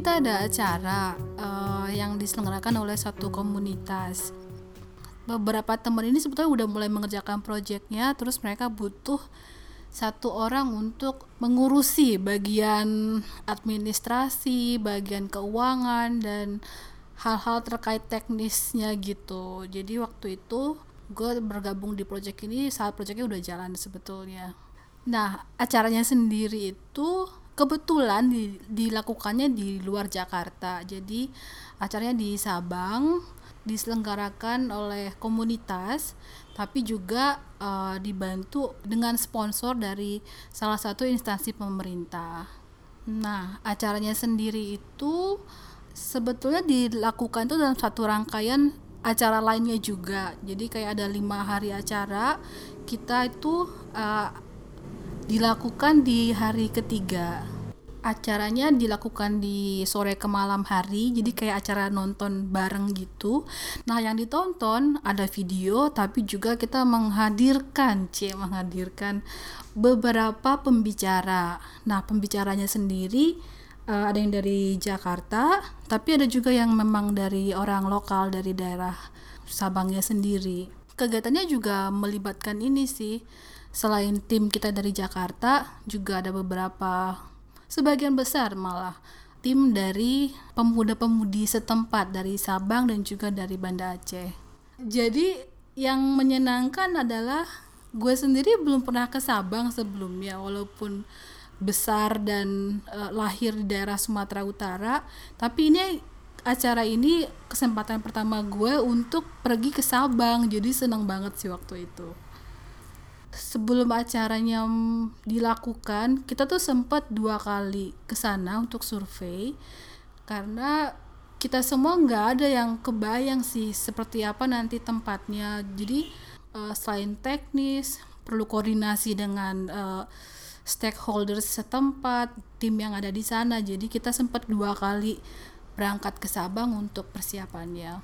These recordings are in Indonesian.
kita ada acara yang diselenggarakan oleh satu komunitas. Beberapa teman ini sebetulnya udah mulai mengerjakan proyeknya, terus mereka butuh satu orang untuk mengurusi bagian administrasi, bagian keuangan, dan hal-hal terkait teknisnya gitu. Jadi waktu itu gue bergabung di proyek ini saat proyeknya udah jalan sebetulnya. Nah, acaranya sendiri itu kebetulan dilakukannya di luar Jakarta. Jadi acaranya di Sabang, diselenggarakan oleh komunitas, tapi juga dibantu dengan sponsor dari salah satu instansi pemerintah. Nah, acaranya sendiri itu sebetulnya dilakukan itu dalam satu rangkaian acara lainnya juga. Jadi kayak ada 5 hari acara, kita itu dilakukan di hari ketiga. Acaranya dilakukan di sore ke malam hari, jadi kayak acara nonton bareng gitu. Nah, yang ditonton ada video, tapi juga kita menghadirkan beberapa pembicara. Nah, pembicaranya sendiri ada yang dari Jakarta, tapi ada juga yang memang dari orang lokal dari daerah Sabangnya sendiri. Kegiatannya juga melibatkan ini sih. Selain tim kita dari Jakarta, juga ada beberapa, sebagian besar malah, tim dari pemuda-pemudi setempat dari Sabang dan juga dari Banda Aceh. Jadi yang menyenangkan adalah gue sendiri belum pernah ke Sabang sebelumnya, walaupun besar dan lahir di daerah Sumatera Utara, tapi acara ini kesempatan pertama gue untuk pergi ke Sabang, jadi senang banget sih waktu itu. Sebelum acaranya dilakukan, kita tuh sempat 2 kali ke sana untuk survei, karena kita semua nggak ada yang kebayang sih seperti apa nanti tempatnya. Jadi selain teknis, perlu koordinasi dengan stakeholders setempat, tim yang ada di sana. Jadi kita sempat 2 kali berangkat ke Sabang untuk persiapannya.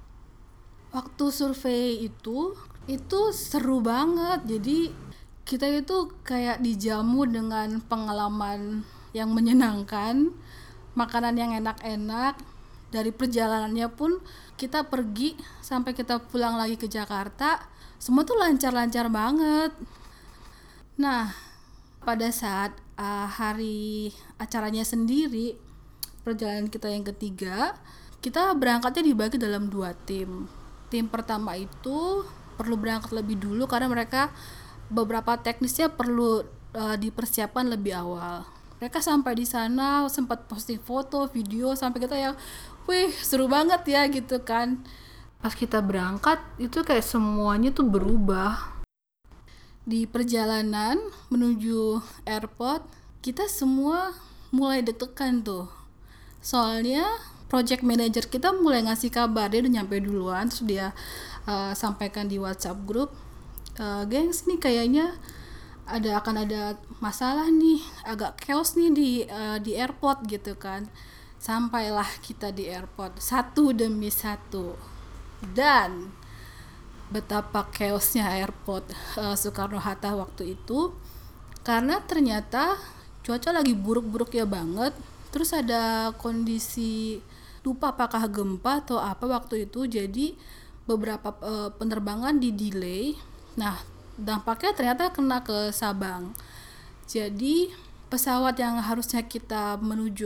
Waktu survei itu seru banget. Jadi kita itu kayak dijamu dengan pengalaman yang menyenangkan, makanan yang enak-enak. Dari perjalanannya pun kita pergi sampai kita pulang lagi ke Jakarta, semua tuh lancar-lancar banget. Nah, pada saat hari acaranya sendiri, perjalanan kita yang ketiga, kita berangkatnya dibagi dalam 2 tim. Tim pertama itu perlu berangkat lebih dulu karena mereka beberapa teknisnya perlu dipersiapkan lebih awal. Mereka sampai di sana sempat posting foto, video, sampai kita yang, wih seru banget ya gitu kan. Pas kita berangkat itu kayak semuanya tuh berubah. Di perjalanan menuju airport, kita semua mulai deg-degan tuh. Soalnya project manager kita mulai ngasih kabar, dia udah nyampe duluan, terus dia sampaikan di WhatsApp grup, gengs nih kayaknya akan ada masalah nih, agak chaos nih di airport gitu kan. Sampailah kita di airport satu demi satu, dan betapa chaosnya airport Soekarno-Hatta waktu itu, karena ternyata cuaca lagi buruk-buruk ya banget. Terus ada kondisi, lupa apakah gempa atau apa waktu itu, jadi beberapa penerbangan di delay. Nah, dampaknya ternyata kena ke Sabang. Jadi pesawat yang harusnya kita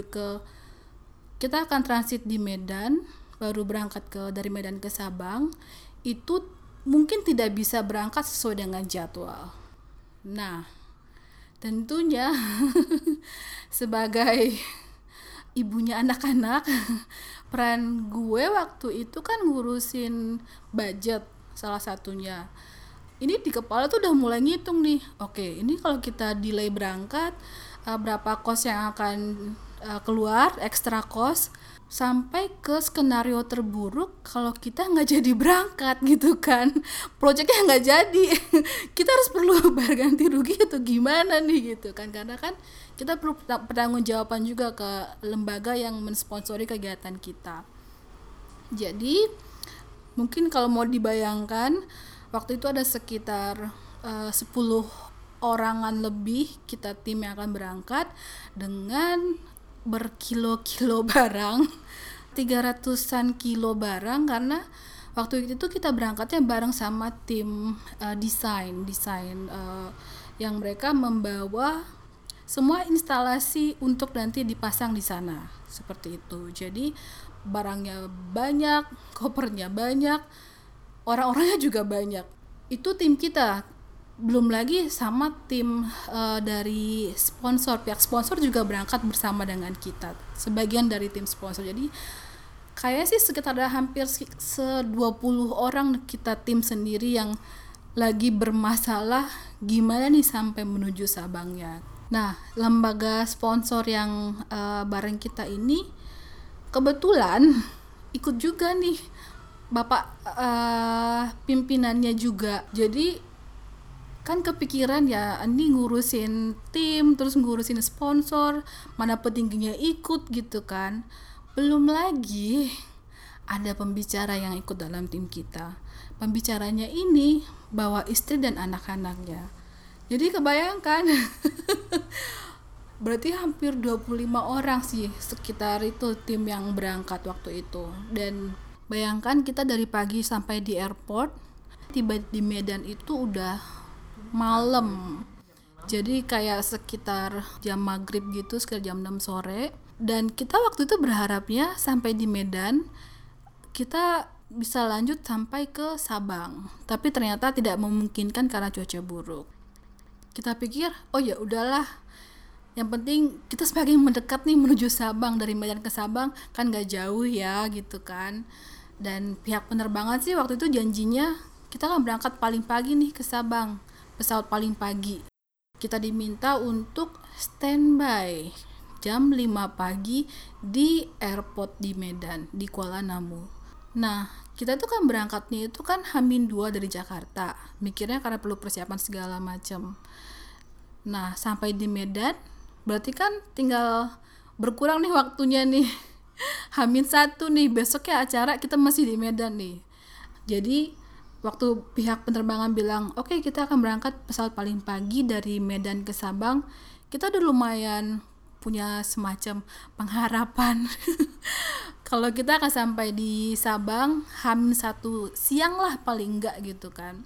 akan transit di Medan, baru berangkat dari Medan ke Sabang, itu mungkin tidak bisa berangkat sesuai dengan jadwal. Nah, tentunya sebagai ibunya anak-anak, peran gue waktu itu kan ngurusin budget salah satunya. Ini di kepala tuh udah mulai ngitung nih, oke, ini kalau kita delay berangkat, berapa cost yang akan keluar, extra cost, sampai ke skenario terburuk kalau kita nggak jadi berangkat gitu kan, proyeknya nggak jadi, kita harus perlu bayar ganti rugi atau gimana nih gitu kan, karena kan kita perlu pertanggungjawaban juga ke lembaga yang mensponsori kegiatan kita. Jadi mungkin kalau mau dibayangkan, waktu itu ada sekitar 10 orangan lebih kita tim yang akan berangkat dengan berkilo-kilo barang, 300-an kilo barang, karena waktu itu kita berangkatnya bareng sama tim desain yang mereka membawa semua instalasi untuk nanti dipasang di sana, seperti itu. Jadi barangnya banyak, kopernya banyak, orang-orangnya juga banyak. Itu tim kita. Belum lagi sama tim dari sponsor, pihak sponsor juga berangkat bersama dengan kita, sebagian dari tim sponsor. Jadi kayaknya sih sekitar ada hampir 20 orang kita tim sendiri yang lagi bermasalah gimana nih sampai menuju Sabangnya. Nah, lembaga sponsor yang bareng kita ini kebetulan ikut juga nih bapak pimpinannya juga. Jadi kan kepikiran ya, ini ngurusin tim, terus ngurusin sponsor, mana petingginya ikut gitu kan. Belum lagi ada pembicara yang ikut dalam tim kita. Pembicaranya ini bawa istri dan anak-anaknya. Jadi kebayangkan berarti hampir 25 orang sih sekitar itu tim yang berangkat waktu itu. Dan bayangkan kita dari pagi sampai di airport, tiba di Medan itu udah malam. Jadi kayak sekitar jam maghrib gitu, sekitar jam 6 sore. Dan kita waktu itu berharapnya sampai di Medan kita bisa lanjut sampai ke Sabang. Tapi ternyata tidak memungkinkan karena cuaca buruk. Kita pikir, oh ya udahlah, yang penting kita semakin mendekat nih menuju Sabang. Dari Medan ke Sabang kan gak jauh ya gitu kan. Dan pihak penerbangan sih waktu itu janjinya kita kan berangkat paling pagi nih ke Sabang, pesawat paling pagi. Kita diminta untuk standby jam 5 pagi di airport di Medan, di Kuala Namu. Nah, kita tuh kan berangkatnya itu kan H-2 dari Jakarta, mikirnya karena perlu persiapan segala macam. Nah, sampai di Medan berarti kan tinggal berkurang nih waktunya nih. H-1 nih, besoknya acara kita masih di Medan nih. Jadi waktu pihak penerbangan bilang, oke, kita akan berangkat pesawat paling pagi dari Medan ke Sabang, kita udah lumayan punya semacam pengharapan kalau kita akan sampai di Sabang H-1 siang lah paling enggak gitu kan.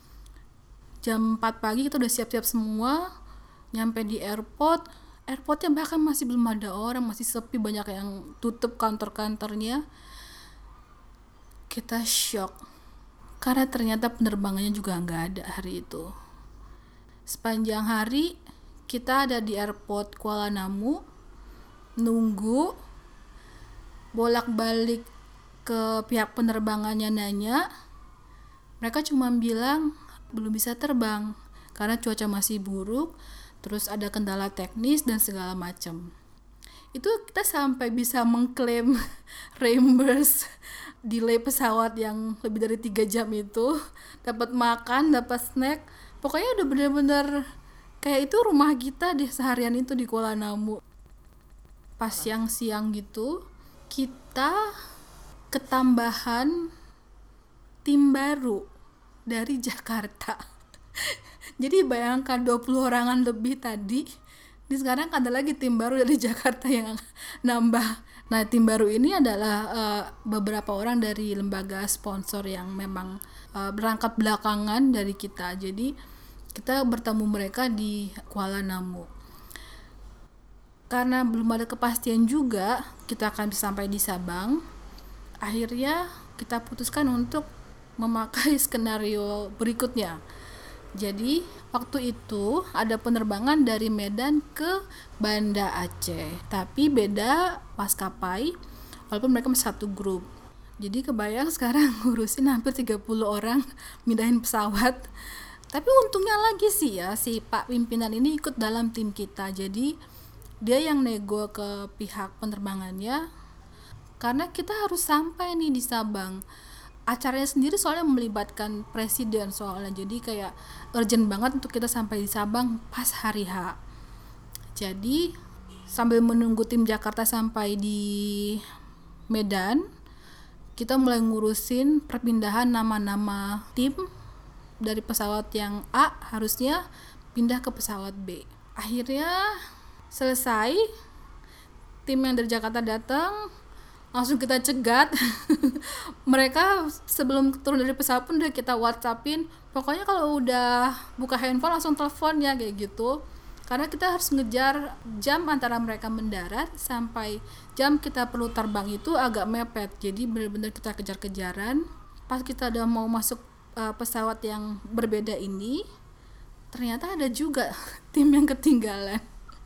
Jam 4 pagi kita udah siap-siap semua, nyampe di airportnya bahkan masih belum ada orang, masih sepi, banyak yang tutup kantor-kantornya. Kita shock karena ternyata penerbangannya juga nggak ada hari itu. Sepanjang hari kita ada di airport Kuala Namu, nunggu, bolak-balik ke pihak penerbangannya nanya. Mereka cuma bilang belum bisa terbang karena cuaca masih buruk, terus ada kendala teknis dan segala macam. Itu kita sampai bisa mengklaim reimburse delay pesawat yang lebih dari 3 jam itu, dapat makan, dapat snack. Pokoknya udah bener-bener kayak itu rumah kita deh seharian itu di Kuala Namu. Pas siang-siang gitu, kita ketambahan tim baru dari Jakarta. Jadi bayangkan 20 orangan lebih tadi, ini sekarang ada lagi tim baru dari Jakarta yang nambah. Nah, tim baru ini adalah beberapa orang dari lembaga sponsor yang memang berangkat belakangan dari kita. Jadi kita bertemu mereka di Kuala Namu. Karena belum ada kepastian juga kita akan bisa sampai di Sabang, akhirnya kita putuskan untuk memakai skenario berikutnya. Jadi waktu itu ada penerbangan dari Medan ke Banda Aceh, tapi beda maskapai, walaupun mereka masih satu grup. Jadi kebayang sekarang ngurusin hampir 30 orang mindahin pesawat. Tapi untungnya lagi sih ya, si Pak pimpinan ini ikut dalam tim kita. Jadi dia yang nego ke pihak penerbangannya, karena kita harus sampai nih di Sabang. Acaranya sendiri soalnya melibatkan presiden soalnya, jadi kayak urgent banget untuk kita sampai di Sabang pas hari H. Jadi sambil menunggu tim Jakarta sampai di Medan, kita mulai ngurusin perpindahan nama-nama tim dari pesawat yang A harusnya pindah ke pesawat B. Akhirnya selesai, tim yang dari Jakarta datang, langsung kita cegat. Mereka sebelum turun dari pesawat pun udah kita WhatsAppin, pokoknya kalau udah buka handphone langsung telepon ya, kayak gitu. Karena kita harus ngejar jam antara mereka mendarat sampai jam kita perlu terbang itu agak mepet, jadi benar-benar kita kejar-kejaran. Pas kita udah mau masuk pesawat yang berbeda ini, ternyata ada juga tim yang ketinggalan.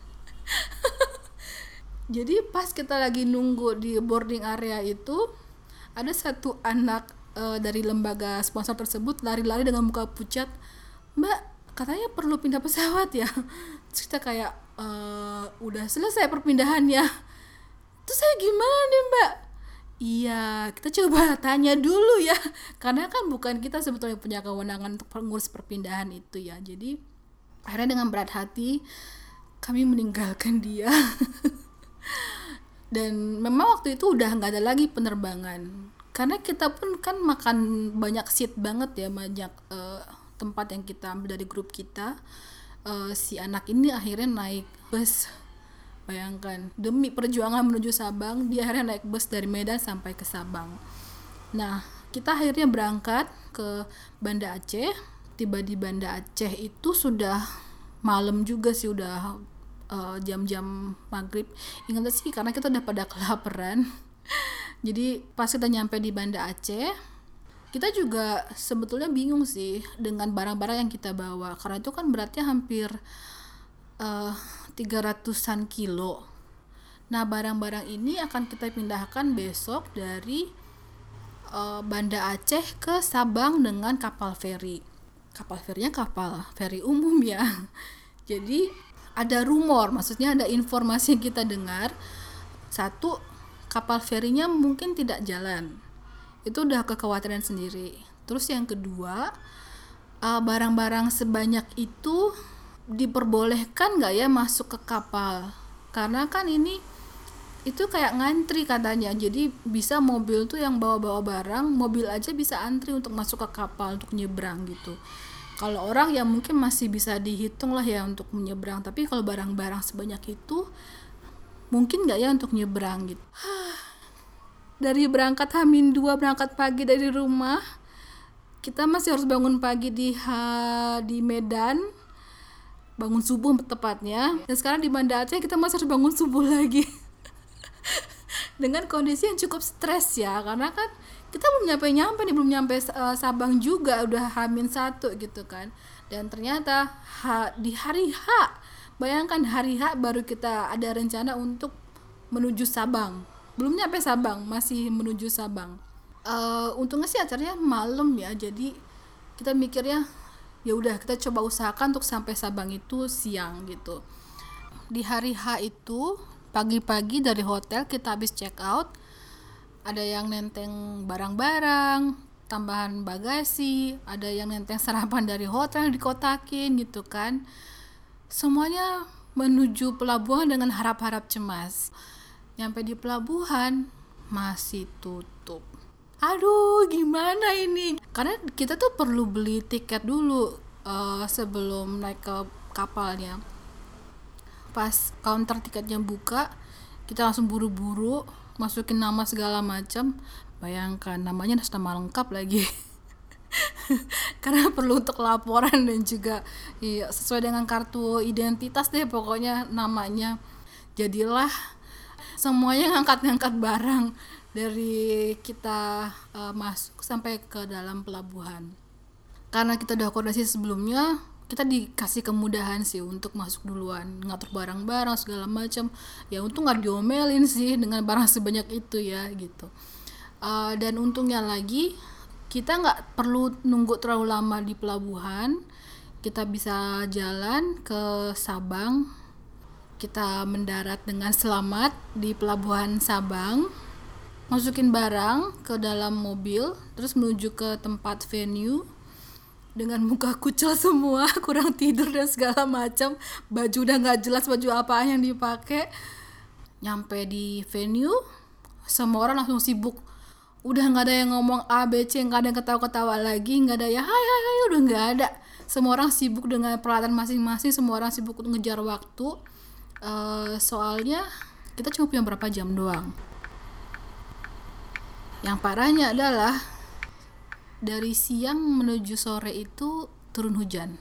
Jadi pas kita lagi nunggu di boarding area itu, ada satu anak dari lembaga sponsor tersebut lari-lari dengan muka pucat, "Mbak, katanya perlu pindah pesawat ya?" Terus kita kayak, udah selesai perpindahannya. Terus saya gimana nih, Mbak? Iya, kita coba tanya dulu ya, karena kan bukan kita sebetulnya punya kewenangan untuk mengurus perpindahan itu ya. Jadi akhirnya dengan berat hati kami meninggalkan dia. Dan memang waktu itu udah nggak ada lagi penerbangan, karena kita pun kan makan banyak seat banget ya, banyak tempat yang kita ambil dari grup kita. Si anak ini akhirnya naik bus. Bayangkan, demi perjuangan menuju Sabang, dia akhirnya naik bus dari Medan sampai ke Sabang. Nah, kita akhirnya berangkat ke Banda Aceh. Tiba di Banda Aceh itu sudah malam juga sih, udah jam-jam maghrib. Ingat sih, karena kita udah pada kelaparan. Jadi pas kita nyampe di Banda Aceh, kita juga sebetulnya bingung sih dengan barang-barang yang kita bawa, karena itu kan beratnya hampir 300-an kilo. Nah, barang-barang ini akan kita pindahkan besok dari Banda Aceh ke Sabang dengan kapal feri. Kapal ferinya kapal feri umum ya. Jadi ada rumor, maksudnya ada informasi yang kita dengar, satu, kapal ferinya mungkin tidak jalan. Itu udah kekhawatiran sendiri. Terus yang kedua, barang-barang sebanyak itu diperbolehkan nggak ya masuk ke kapal, karena kan ini itu kayak ngantri katanya. Jadi bisa mobil tuh yang bawa-bawa barang, mobil aja bisa antri untuk masuk ke kapal untuk nyebrang gitu. Kalau orang ya mungkin masih bisa dihitung lah ya untuk menyeberang, tapi kalau barang-barang sebanyak itu mungkin nggak ya untuk nyebrang gitu. Dari berangkat H-2, berangkat pagi dari rumah, kita masih harus bangun pagi di Medan, bangun subuh tepatnya. Dan sekarang di Banda Aceh kita masih harus bangun subuh lagi. Dengan kondisi yang cukup stres ya, karena kan kita belum nyampe Sabang juga, udah H-1 gitu kan. Dan ternyata di hari H, bayangkan hari H baru kita ada rencana untuk menuju Sabang. Belum nyampe Sabang, masih menuju Sabang. Untungnya sih acaranya malam ya, jadi kita mikirnya ya udah kita coba usahakan untuk sampai Sabang itu siang gitu. Di hari H itu pagi-pagi dari hotel kita habis check out, ada yang nenteng barang-barang, tambahan bagasi, ada yang nenteng sarapan dari hotel yang dikotakin gitu kan. Semuanya menuju pelabuhan dengan harap-harap cemas. Nyampe di pelabuhan masih tutup. Aduh, gimana ini? Karena kita tuh perlu beli tiket dulu sebelum naik ke kapalnya. Pas counter tiketnya buka, kita langsung buru-buru masukin nama segala macam. Bayangkan, namanya nama lengkap lagi. Karena perlu untuk laporan dan juga ya, sesuai dengan kartu identitas deh pokoknya namanya. Jadilah semuanya ngangkat-ngangkat barang dari kita masuk sampai ke dalam pelabuhan. Karena kita udah koordinasi sebelumnya, kita dikasih kemudahan sih untuk masuk duluan, ngatur barang-barang segala macam. Ya untung nggak diomelin sih dengan barang sebanyak itu ya gitu. Dan untungnya lagi kita nggak perlu nunggu terlalu lama di pelabuhan, kita bisa jalan ke Sabang. Kita mendarat dengan selamat di pelabuhan Sabang, masukin barang ke dalam mobil, terus menuju ke tempat venue dengan muka kucel semua, kurang tidur dan segala macam, baju udah nggak jelas baju apaan yang dipakai. Nyampe di venue, semua orang langsung sibuk, udah nggak ada yang ngomong A, B, C, nggak ada yang ketawa-ketawa lagi, nggak ada ya hai, udah nggak ada. Semua orang sibuk dengan peralatan masing-masing, semua orang sibuk untuk ngejar waktu. Soalnya kita cuma punya berapa jam doang. Yang parahnya adalah dari siang menuju sore itu turun hujan.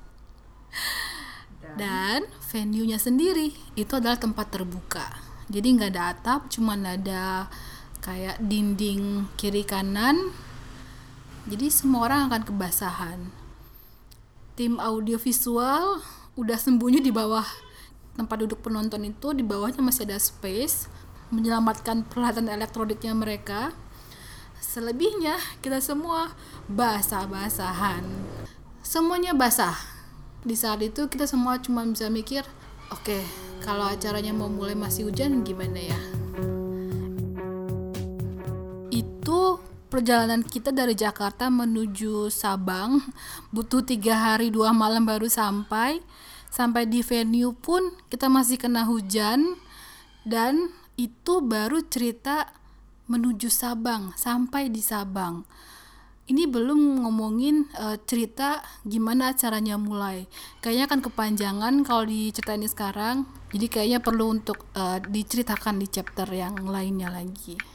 Dan venue-nya sendiri itu adalah tempat terbuka. Jadi nggak ada atap, cuma ada kayak dinding kiri kanan. Jadi semua orang akan kebasahan. Tim audiovisual udah sembunyi di bawah tempat duduk penonton itu, di bawahnya masih ada space, menyelamatkan peralatan elektroniknya mereka. Selebihnya kita semua basah-basahan. Semuanya basah. Di saat itu kita semua cuma bisa mikir, oke, kalau acaranya mau mulai masih hujan gimana ya? Itu perjalanan kita dari Jakarta menuju Sabang, butuh 3 hari 2 malam baru sampai di venue pun kita masih kena hujan. Dan itu baru cerita menuju Sabang, sampai di Sabang. Ini belum ngomongin cerita gimana acaranya mulai. Kayaknya akan kepanjangan kalau diceritain sekarang. Jadi kayaknya perlu untuk diceritakan di chapter yang lainnya lagi.